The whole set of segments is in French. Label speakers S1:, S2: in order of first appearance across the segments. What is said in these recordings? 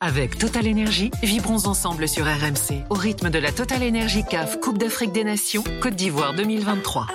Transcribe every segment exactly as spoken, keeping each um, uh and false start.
S1: Avec Total Energy, vibrons ensemble sur R M C au rythme de la Total Energy C A F Coupe d'Afrique des Nations Côte d'Ivoire deux mille vingt-trois.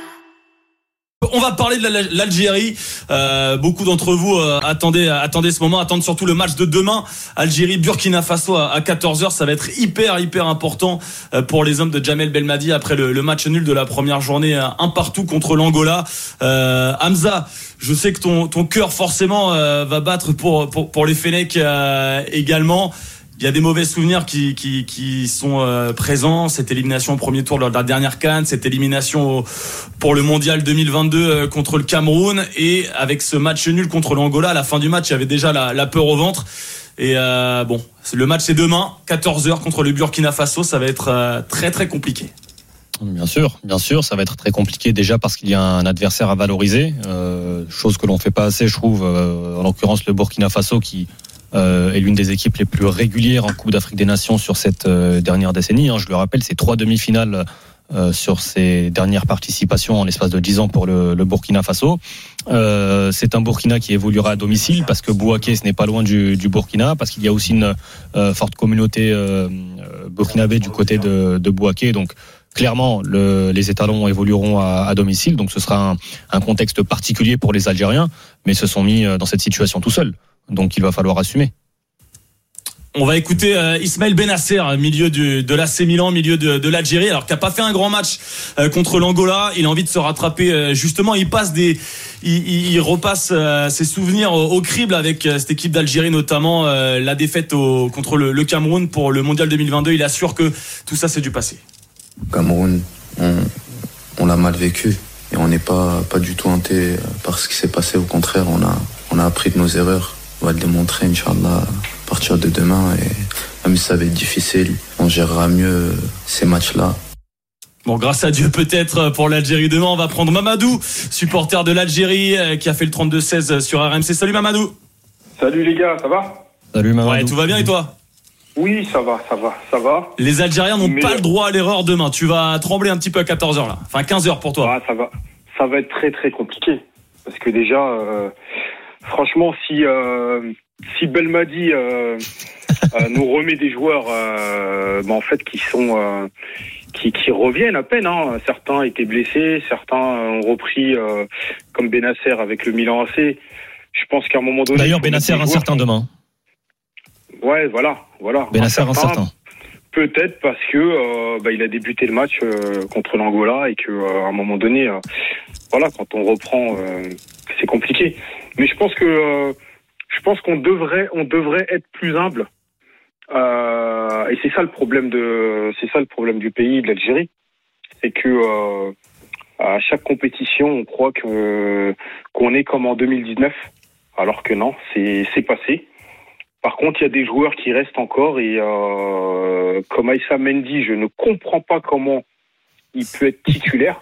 S2: On va parler de l'Algérie. Euh, beaucoup d'entre vous euh, attendaient, attendaient ce moment, attendent surtout le match de demain. Algérie-Burkina Faso à, à quatorze heures. Ça va être hyper, hyper important euh, pour les hommes de Djamel Belmadi après le, le match nul de la première journée, euh, un partout contre l'Angola. Euh, Hamza, je sais que ton, ton cœur forcément euh, va battre pour, pour, pour les Fennecs euh, également. Il y a des mauvais souvenirs qui qui qui sont euh, présents. Cette élimination au premier tour lors de la dernière CAN, cette élimination au, pour le mondial deux mille vingt-deux euh, contre le Cameroun, et avec ce match nul contre l'Angola, à la fin du match, il y avait déjà la, la peur au ventre. Et euh, bon, le match c'est demain, quatorze heures contre le Burkina Faso. Ça va être euh, très très compliqué.
S3: Bien sûr, bien sûr, ça va être très compliqué déjà parce qu'il y a un adversaire à valoriser, euh, chose que l'on fait pas assez, je trouve. Euh, en l'occurrence, le Burkina Faso qui Euh, est l'une des équipes les plus régulières en Coupe d'Afrique des Nations sur cette euh, dernière décennie. Hein. Je le rappelle, c'est trois demi-finales euh, sur ces dernières participations en l'espace de dix ans pour le, le Burkina Faso. Euh, c'est un Burkina qui évoluera à domicile parce que Bouaké, ce n'est pas loin du, du Burkina, parce qu'il y a aussi une euh, forte communauté euh, burkinabé du côté de, de Bouaké. Donc, clairement, le, les étalons évolueront à, à domicile. Donc, ce sera un, un contexte particulier pour les Algériens, mais se sont mis dans cette situation tout seuls. Donc il va falloir assumer.
S2: On va écouter euh, Ismaël Benasser, milieu du, de l'A C Milan, milieu de, de l'Algérie, alors qu'il n'a pas fait un grand match euh, contre l'Angola. Il a envie de se rattraper. Euh, justement, il passe des, il, il repasse euh, ses souvenirs au, au crible avec euh, cette équipe d'Algérie, notamment euh, la défaite au, contre le, le Cameroun pour le mondial deux mille vingt-deux. Il assure que tout ça c'est du passé.
S4: Cameroun, on, on l'a mal vécu et on n'est pas pas du tout hanté par ce qui s'est passé. Au contraire, on a on a appris de nos erreurs. On va le démontrer, Inch'Allah, à partir de demain. Et même si ça va être difficile, on gérera mieux ces matchs-là.
S2: Bon, grâce à Dieu peut-être pour l'Algérie demain. On va prendre Mamadou, supporter de l'Algérie, qui a fait le trente-deux seize sur R M C. Salut Mamadou.
S5: Salut les gars, ça va ?
S3: Salut Mamadou.
S2: Ouais, tout va bien et toi ?
S5: Oui, ça va, ça va, ça va.
S2: Les Algériens n'ont
S5: Mais...
S2: pas le droit à l'erreur demain. Tu vas trembler un petit peu à quatorze heures là. Enfin quinze heures pour toi.
S5: Ah, ça va, ça va être très très compliqué. Parce que déjà... Euh... Franchement, si euh, si Belmadi euh, euh, nous remet des joueurs, euh, bah en fait, qui sont euh, qui qui reviennent à peine. Hein. Certains étaient blessés, certains ont repris euh, comme Benasser avec le Milan A C. Je pense qu'à un moment donné.
S3: D'ailleurs, Benasser incertain demain.
S5: Ouais, voilà, voilà.
S3: Benasser incertain.
S5: Peut-être parce que euh, bah, il a débuté le match euh, contre l'Angola et que euh, à un moment donné, euh, voilà, quand on reprend, euh, c'est compliqué. Mais je pense que euh, je pense qu'on devrait on devrait être plus humble. Euh, et c'est ça le problème de c'est ça le problème du pays, de l'Algérie, c'est que euh, à chaque compétition, on croit que qu'on est comme en deux mille dix-neuf, alors que non, c'est c'est passé. Par contre, il y a des joueurs qui restent encore et euh, comme Aïssa Mendy, je ne comprends pas comment il peut être titulaire.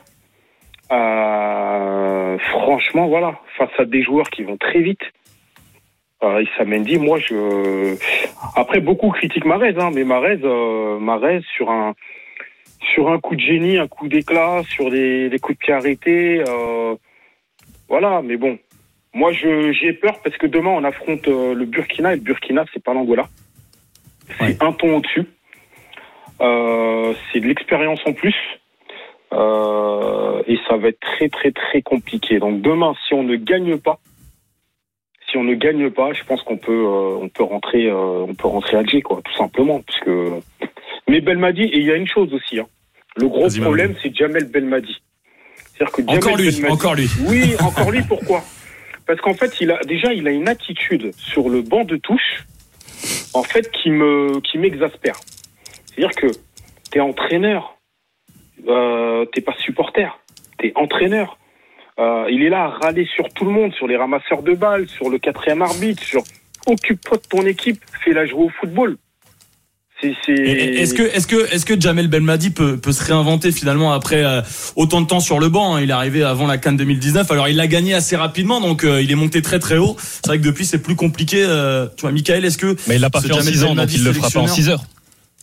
S5: Euh, franchement, voilà, face à des joueurs qui vont très vite. Euh, Issa Mendy, moi, je. Après, beaucoup critiquent Mahrez, hein, mais Mahrez, euh, Mahrez sur un sur un coup de génie, un coup d'éclat, sur des, des coups de pied arrêtés, euh, voilà. Mais bon, moi, je j'ai peur parce que demain, on affronte euh, le Burkina et le Burkina, c'est pas l'Angola. C'est ouais. un ton au-dessus. Euh, c'est de l'expérience en plus. Euh, et ça va être très très très compliqué. Donc demain, si on ne gagne pas, si on ne gagne pas, je pense qu'on peut euh, on peut rentrer euh, on peut rentrer à Alger, quoi, tout simplement. Parce que mais Belmadi, et il y a une chose aussi, hein. Le gros Vas-y, problème, c'est Djamel Belmadi. C'est-à-dire que Djamel
S2: encore lui,
S5: Belmadi,
S2: encore lui.
S5: Oui, encore lui. Pourquoi ? Parce qu'en fait, il a déjà il a une attitude sur le banc de touche, en fait, qui me qui m'exaspère. C'est-à-dire que t'es entraîneur. Euh, t'es pas supporter, t'es entraîneur. Euh, il est là à râler sur tout le monde, sur les ramasseurs de balles, sur le quatrième arbitre, sur occupe-toi de ton équipe, fais-la jouer au football.
S2: C'est, c'est... Est-ce que, est-ce que, est-ce que Djamel Belmadi peut, peut se réinventer finalement après euh, autant de temps sur le banc, hein. Il est arrivé avant la CAN deux mille dix-neuf. Alors il l'a gagné assez rapidement, donc euh, il est monté très très haut. C'est vrai que depuis c'est plus compliqué. Euh, tu vois, Michael, est-ce que
S3: mais il l'a pas fait en six ans, donc il le fera pas en six heures.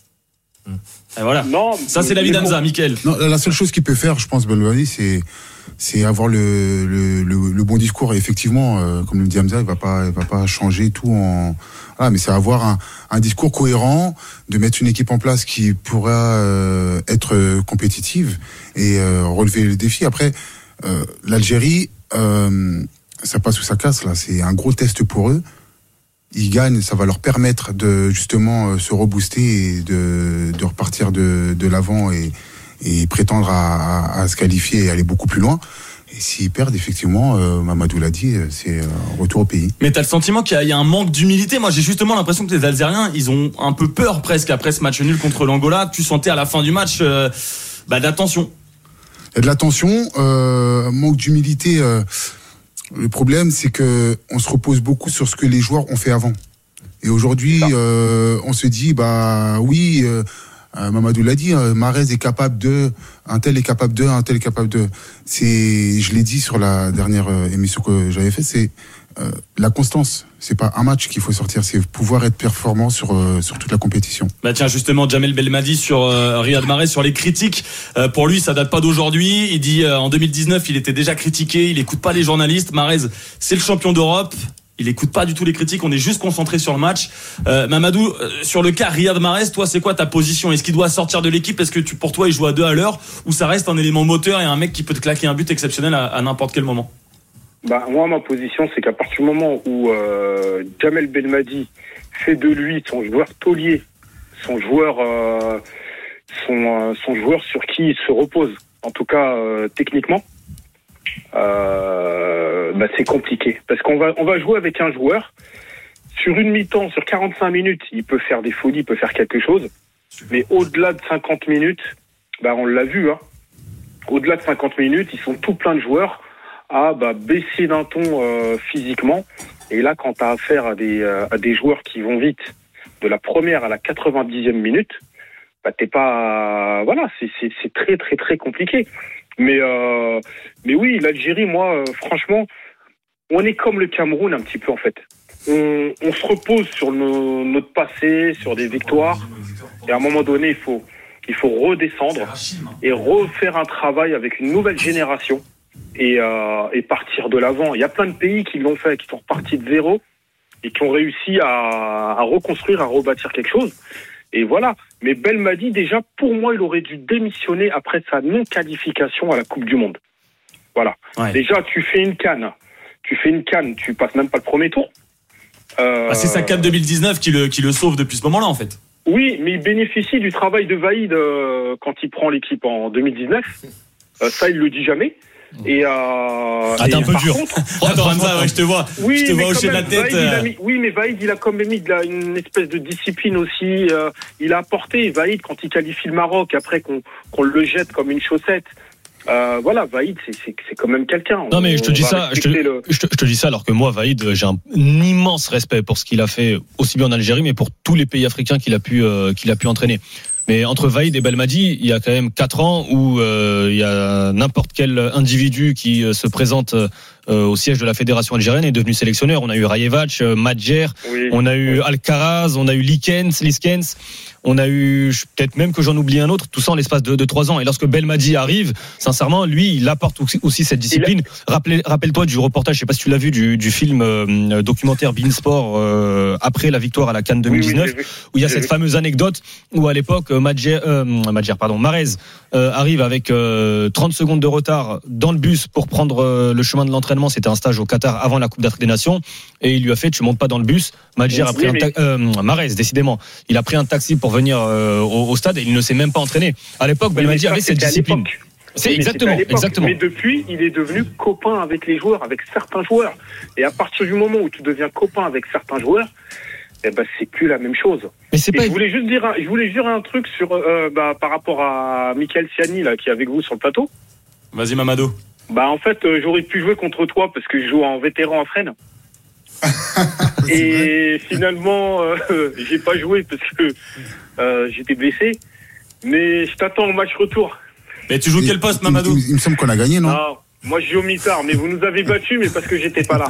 S2: Et voilà. Non, ça c'est l'avis d'Hamza, Michael.
S6: Non, la seule chose qu'il peut faire, je pense, Belmadi, c'est c'est avoir le, le, le, le bon discours. Et effectivement, euh, comme le dit Hamza, il va pas, il va pas changer tout en. Voilà, mais c'est avoir un, un discours cohérent, de mettre une équipe en place qui pourra euh, être compétitive et euh, relever le défi. Après, euh, l'Algérie, euh, ça passe ou ça casse là. C'est un gros test pour eux. Ils gagnent, ça va leur permettre de justement se rebooster et de, de repartir de, de l'avant et, et prétendre à, à, à se qualifier et aller beaucoup plus loin. Et s'ils perdent, effectivement, euh, Mamadou l'a dit, c'est un retour au pays.
S2: Mais t'as le sentiment qu'il y a, il y a un manque d'humilité. Moi, j'ai justement l'impression que les Algériens, ils ont un peu peur presque après ce match nul contre l'Angola. Tu sentais à la fin du match euh, bah, de la tension.
S6: Il y a de la tension, euh, manque d'humilité. Euh, le problème, c'est que on se repose beaucoup sur ce que les joueurs ont fait avant. Et aujourd'hui, euh, on se dit, bah oui. Euh, Euh, Mamadou l'a dit, euh, Mahrez est capable de, un tel est capable de, un tel est capable de. C'est, je l'ai dit sur la dernière euh, émission que j'avais faite, c'est euh, la constance. C'est pas un match qu'il faut sortir, c'est pouvoir être performant sur euh, sur toute la compétition.
S2: Bah tiens, justement, Jamel Belmadi sur euh, Riyad Mahrez, sur les critiques. Euh, pour lui, ça date pas d'aujourd'hui. Il dit euh, en deux mille dix-neuf, il était déjà critiqué. Il écoute pas les journalistes. Mahrez, c'est le champion d'Europe. Il écoute pas du tout les critiques, on est juste concentré sur le match. Euh, Mamadou, euh, sur le cas Riyad Mahrez, toi, c'est quoi ta position ? Est-ce qu'il doit sortir de l'équipe ? Est-ce que tu, pour toi, il joue à deux à l'heure ? Ou ça reste un élément moteur et un mec qui peut te claquer un but exceptionnel à, à n'importe quel moment ?
S5: Bah, moi, ma position, c'est qu'à partir du moment où euh, Jamel Belmadi fait de lui son joueur taulier, son joueur, euh, son, euh, son joueur sur qui il se repose, en tout cas euh, techniquement, Euh, bah c'est compliqué parce qu'on va on va jouer avec un joueur sur une mi-temps, sur quarante-cinq minutes, il peut faire des folies, il peut faire quelque chose, mais au-delà de cinquante minutes, bah on l'a vu, hein. Au-delà de cinquante minutes, ils sont tout plein de joueurs à bah, baisser d'un ton euh, physiquement. Et là, quand tu as affaire à des euh, à des joueurs qui vont vite, de la première à la quatre-vingt-dixième minute, bah t'es pas, voilà, c'est c'est c'est très très très compliqué. Mais, euh, mais oui, l'Algérie, moi, euh, franchement, on est comme le Cameroun un petit peu, en fait. On, on se repose sur nos, notre passé, sur des victoires. Et à un moment donné, il faut, il faut redescendre et refaire un travail avec une nouvelle génération et, euh, et partir de l'avant. Il y a plein de pays qui l'ont fait, qui sont repartis de zéro et qui ont réussi à, à reconstruire, à rebâtir quelque chose. Et voilà. Mais Belmadi, déjà, pour moi, il aurait dû démissionner après sa non-qualification à la Coupe du Monde. Voilà. Ouais. Déjà, tu fais une canne. Tu fais une canne, tu passes même pas le premier tour.
S2: Euh... Ah, c'est sa canne deux mille dix-neuf qui le, qui le sauve depuis ce moment-là, en fait.
S5: Oui, mais il bénéficie du travail de Vaïd euh, quand il prend l'équipe en deux mille dix-neuf. Euh, ça, il le dit jamais. Et, euh,
S3: ah, t'es un peu dur.
S5: Contre,
S2: Attends, Hamza, ouais, je te vois.
S5: Oui,
S2: je te vois hocher
S5: de
S2: la tête.
S5: Vaïd, euh... mis, oui, mais Vaïd, il a quand même mis de la, une espèce de discipline aussi. Euh, il a apporté Vaïd quand il qualifie le Maroc, après qu'on, qu'on le jette comme une chaussette. Euh, voilà, Vaïd, c'est, c'est, c'est quand même quelqu'un.
S3: Non, mais je te dis ça, je te, le... je, te, je te dis ça alors que moi, Vaïd, j'ai un, un immense respect pour ce qu'il a fait, aussi bien en Algérie, mais pour tous les pays africains qu'il a pu, euh, qu'il a pu entraîner. Mais entre Vaïd et Belmadi, il y a quand même quatre ans où euh, il y a n'importe quel individu qui euh, se présente euh, au siège de la fédération algérienne est devenu sélectionneur. On a eu Rajevac, euh, Madjer, oui, on a eu oui. Alcaraz, on a eu Likens, Liskens, on a eu peut-être même que j'en oublie un autre. Tout ça en l'espace de, de trois ans. Et lorsque Belmadi arrive, sincèrement, lui, il apporte aussi, aussi cette discipline. A... Rappel, rappelle-toi du reportage, je sais pas si tu l'as vu, du, du film euh, documentaire Beansport euh, après la victoire à la CAN deux mille dix-neuf, oui, oui, où il y a cette fameuse anecdote où à l'époque Madjer, euh, Madjer, pardon, Mahrez euh, arrive avec euh, trente secondes de retard dans le bus pour prendre euh, le chemin de l'entraînement. C'était un stage au Qatar avant la Coupe d'Afrique des Nations et il lui a fait tu montes pas dans le bus. Madjer a pris oui, un ta- euh, Mahrez décidément il a pris un taxi pour venir euh, au, au stade et il ne s'est même pas entraîné. À l'époque Belmadi avait cette discipline. C'est exactement, exactement.
S5: Mais depuis, il est devenu copain avec les joueurs, avec certains joueurs. Et à partir du moment où tu deviens copain avec certains joueurs, eh ben c'est plus la même chose.
S3: Mais c'est pas...
S5: Je voulais juste dire, un, je voulais dire un truc sur euh, bah, par rapport à Michael Siani là, qui est avec vous sur le plateau.
S2: Vas-y Mamadou.
S5: Bah en fait, euh, j'aurais pu jouer contre toi parce que je joue en vétéran à Fresnes. Et vrai. Finalement, euh, j'ai pas joué parce que euh, j'étais blessé. Mais je t'attends au match retour.
S2: Mais tu joues
S6: et,
S2: quel poste, Mamadou ?
S6: il, il me semble qu'on a gagné, non ?
S5: Non, moi je joue au mitard, mais vous nous avez battus, mais parce que j'étais pas là.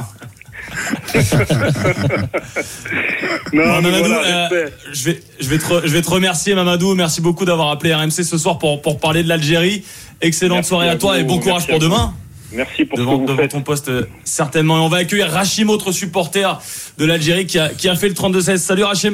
S2: non, bon, Mamadou, voilà, euh, je vais, je vais te, re, je vais te remercier, Mamadou. Merci beaucoup d'avoir appelé R M C ce soir pour pour parler de l'Algérie. Excellente merci soirée à toi vous, et bon courage pour demain.
S5: Merci pour
S2: devant,
S5: ce que vous
S2: devant
S5: faites.
S2: ton poste, euh, certainement. Et on va accueillir Rachim, autre supporter de l'Algérie qui a, qui a fait le trente-deux seize. Salut Rachim.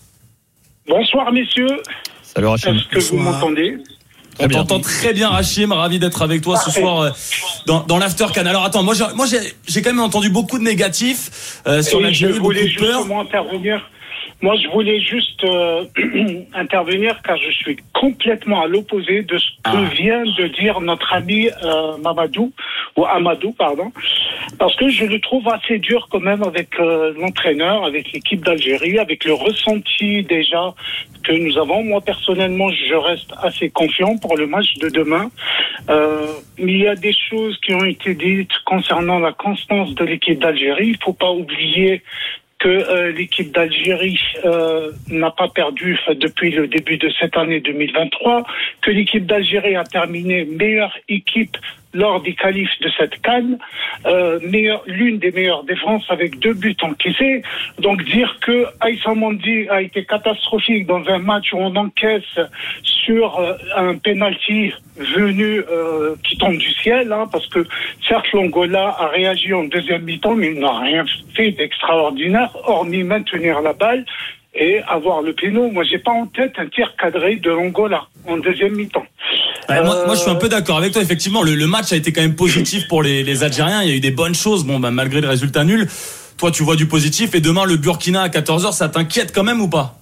S7: Bonsoir messieurs.
S3: Salut Rachim.
S7: Est-ce que vous m'entendez?
S2: On t'entend très bien, Rachim. Ravi d'être avec toi ce soir euh, dans, dans l'After Can. Alors attends, moi, j'ai, moi j'ai, j'ai quand même entendu beaucoup de négatifs euh, sur
S7: Oui,
S2: l'Algérie,
S7: je
S2: beaucoup
S7: voulais
S2: de peur.
S7: justement intervenir. Moi, je voulais juste euh, intervenir car je suis complètement à l'opposé de ce que
S2: Ah.
S7: vient de dire notre ami euh, Mamadou, ou Amadou, pardon, parce que je le trouve assez dur quand même avec euh, l'entraîneur, avec l'équipe d'Algérie, avec le ressenti déjà que nous avons. Moi, personnellement, je reste assez confiant pour le match de demain. Euh, mais il y a des choses qui ont été dites concernant la constance de l'équipe d'Algérie. Il ne faut pas oublier que euh, l'équipe d'Algérie euh, n'a pas perdu enfin, depuis le début de cette année deux mille vingt-trois, que l'équipe d'Algérie a terminé meilleure équipe lors des qualifs de cette CAN, euh, meilleure, l'une des meilleures défenses avec deux buts encaissés. Donc dire que Aïssa Mandi a été catastrophique dans un match où on encaisse sur euh, un penalty venu euh, qui tombe du ciel, hein, parce que certes l'Angola a réagi en deuxième mi-temps, mais il n'a rien fait d'extraordinaire, hormis maintenir la balle et avoir le péno. Moi, j'ai pas en tête un tir cadré de l'Angola en deuxième mi-temps.
S2: Ouais, moi,
S7: Euh,
S2: moi, je suis un peu d'accord avec toi. Effectivement, le, le match a été quand même positif pour les, les Algériens. Il y a eu des bonnes choses, bon, bah, malgré le résultat nul. Toi, tu vois du positif. Et demain, le Burkina à quatorze heures, ça t'inquiète quand même ou pas?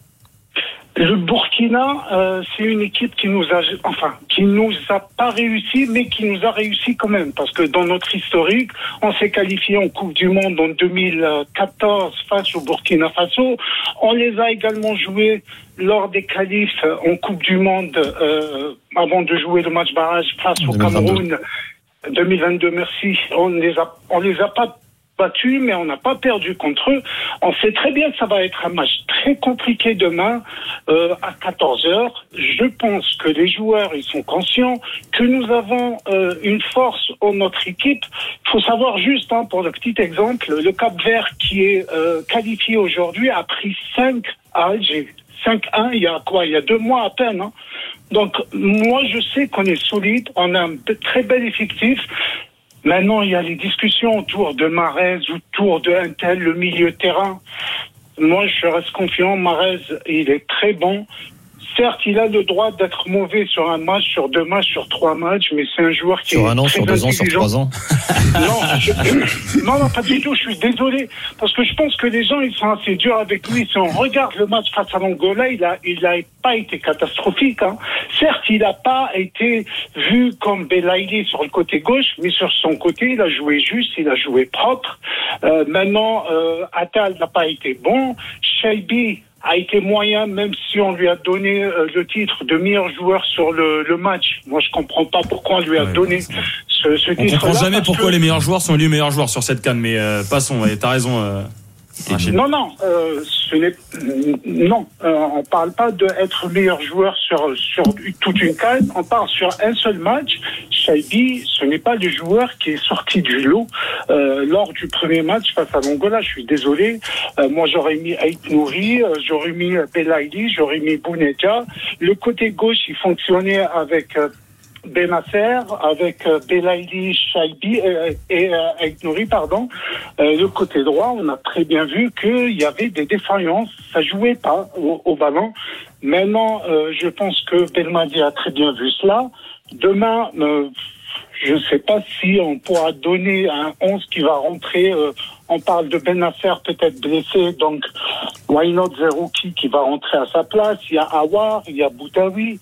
S7: Le Burkina, euh, c'est une équipe qui nous a, enfin, qui nous a pas réussi, mais qui nous a réussi quand même, parce que dans notre historique, on s'est qualifié en Coupe du Monde en deux mille quatorze face au Burkina Faso. On les a également joués lors des qualifs en Coupe du Monde, euh, avant de jouer le match barrage face au
S3: deux mille vingt-deux.
S7: Cameroun. deux mille vingt-deux, merci. On les a, on les a pas battus, mais on n'a pas perdu contre eux. On sait très bien que ça va être un match très compliqué demain euh, à quatorze heures. Je pense que les joueurs ils sont conscients que nous avons euh, une force en notre équipe. Il faut savoir juste, hein, pour le petit exemple, le Cap-Vert qui est euh, qualifié aujourd'hui a pris cinq à Alger. cinq un, il y a quoi? Il y a deux mois à peine. Hein. Donc, moi, je sais qu'on est solide, on a un très bel effectif. Maintenant, il y a les discussions autour de Mahrez, autour de Intel, le milieu de terrain. Moi, je reste confiant. Mahrez, il est très bon. Certes, il a le droit d'être mauvais sur un match, sur deux matchs, sur trois matchs, mais c'est un joueur qui
S3: Sur
S7: est
S3: un an,
S7: très
S3: sur deux ans, sur
S7: intelligent.
S3: trois ans.
S7: Non, je- non, non, pas du tout. Je suis désolé parce que je pense que les gens ils sont assez durs avec lui. Si on regarde le match face à l'Angola, il a, il a pas été catastrophique. Hein. Certes, il n'a pas été vu comme Belaïli sur le côté gauche, mais sur son côté, il a joué juste, il a joué propre. Euh, maintenant, euh, Attal n'a pas été bon. Shaibi a été moyen, même si on lui a donné euh, le titre de meilleur joueur sur le, le match. Moi, je comprends pas pourquoi on lui a
S2: Ouais,
S7: donné
S2: c'est bon.
S7: ce, ce
S2: On
S7: titre-là.
S2: comprend jamais
S7: parce
S2: pourquoi
S7: que-
S2: les meilleurs joueurs sont élus meilleurs joueurs sur cette CAN, mais euh, passons. Ouais, t'as raison. Euh, Rachid.
S7: Non, non, euh, ce n'est non. Euh, on parle pas d'être meilleur joueur sur sur toute une CAN. On parle sur un seul match. Shaibi, ce n'est pas le joueur qui est sorti du lot euh, lors du premier match face à l'Angola. Je suis désolé. Euh, moi, j'aurais mis Aït Nouri, euh, j'aurais mis Belaïli, j'aurais mis Bounedja. Le côté gauche, il fonctionnait avec euh, Benasser, avec euh, Belaïli, Shaibi euh, et euh, Aït Nouri, pardon. Euh, le côté droit, on a très bien vu qu'il y avait des défaillances. Ça jouait pas au, au ballon. Maintenant, euh, je pense que Belmadi a très bien vu cela. Demain, euh, je ne sais pas si on pourra donner un onze qui va rentrer. Euh, on parle de Benasser peut-être blessé, donc why not Zerouki qui va rentrer à sa place. Il y a Awar, il y a Boudaoui.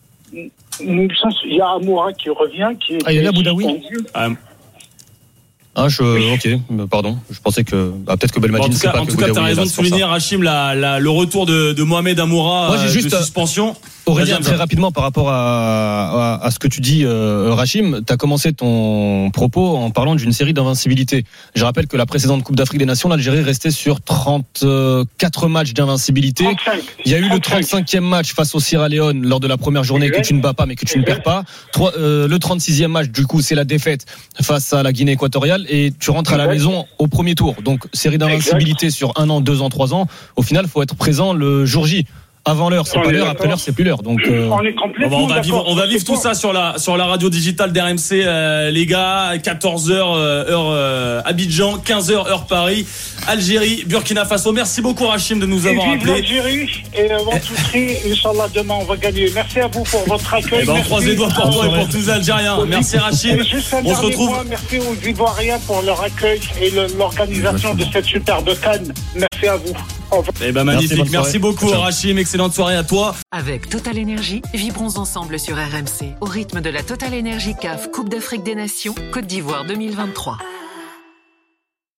S7: Il y a Amoura qui revient, qui est
S3: Ah, il y a là, Boudaoui
S7: suspendu.
S2: Ah,
S3: Ah, je, ok, pardon. Je pensais que, ah, peut-être que
S2: bon,
S3: Belmadi
S2: en
S3: ne
S2: tout
S3: sait
S2: cas,
S3: pas
S2: en
S3: que
S2: tout cas, t'as
S3: Boudaoui est
S2: raison
S3: là,
S2: de
S3: c'est pour ça.
S2: souligner, Rachim, la, la, le retour de, de Mohamed Amoura
S3: Moi, j'ai
S2: euh,
S3: juste,
S2: de
S3: euh,
S2: suspension.
S3: Aurélien,
S2: Vas-y,
S3: très
S2: Hamza.
S3: rapidement par rapport à, à, à ce que tu dis, euh, Rachim, tu as commencé ton propos en parlant d'une série d'invincibilité. Je rappelle que la précédente Coupe d'Afrique des Nations, l'Algérie restait sur trente-quatre matchs d'invincibilité.
S7: trente-cinq.
S3: Il y a eu le
S7: trente-cinq.
S3: trente-cinquième match face au Sierra Leone lors de la première journée
S7: Exact.
S3: que tu ne bats pas mais que tu ne perds pas. Trois, euh, le trente-sixième match, du coup, c'est la défaite face à la Guinée équatoriale et tu rentres à la
S7: Exact.
S3: maison au premier tour. Donc, série d'invincibilité sur un an, deux ans, trois ans. Au final, faut être présent le jour J. Avant l'heure, c'est
S7: On
S3: pas
S7: est
S3: l'heure.
S7: d'accord.
S3: Après l'heure, c'est plus l'heure. Donc, euh,
S7: On est
S2: On va,
S7: complètement
S2: on va vivre,
S7: d'accord.
S2: on va vivre tout ça sur la sur la radio digitale d'R M C, euh, les gars. quatorze heures euh, heure euh, Abidjan, quinze heures heure Paris, Algérie, Burkina Faso. Merci beaucoup Rachim de nous
S7: Et
S2: avoir
S7: vive
S2: appelés.
S7: l'Algérie et avant tout tri, Inch'Allah, demain on va gagner. Merci à vous pour votre accueil.
S2: Eh ben, on
S7: Merci.
S2: croise les doigts pour toi et pour tous les Algériens. Merci Rachim.
S7: Et juste un
S2: On se
S7: dernier
S2: retrouve.
S7: point, merci aux Ivoiriens pour leur accueil et le- l'organisation de cette superbe Cannes. Merci à vous. Au revoir.
S2: Eh ben magnifique.
S3: Merci, bonne
S2: Merci
S3: soirée.
S2: beaucoup
S3: Ciao.
S2: Rachim. Excellente soirée à toi.
S1: Avec Total Énergie, vibrons ensemble sur R M C au rythme de la Total Énergie C A F Coupe d'Afrique des Nations Côte d'Ivoire deux mille vingt-trois.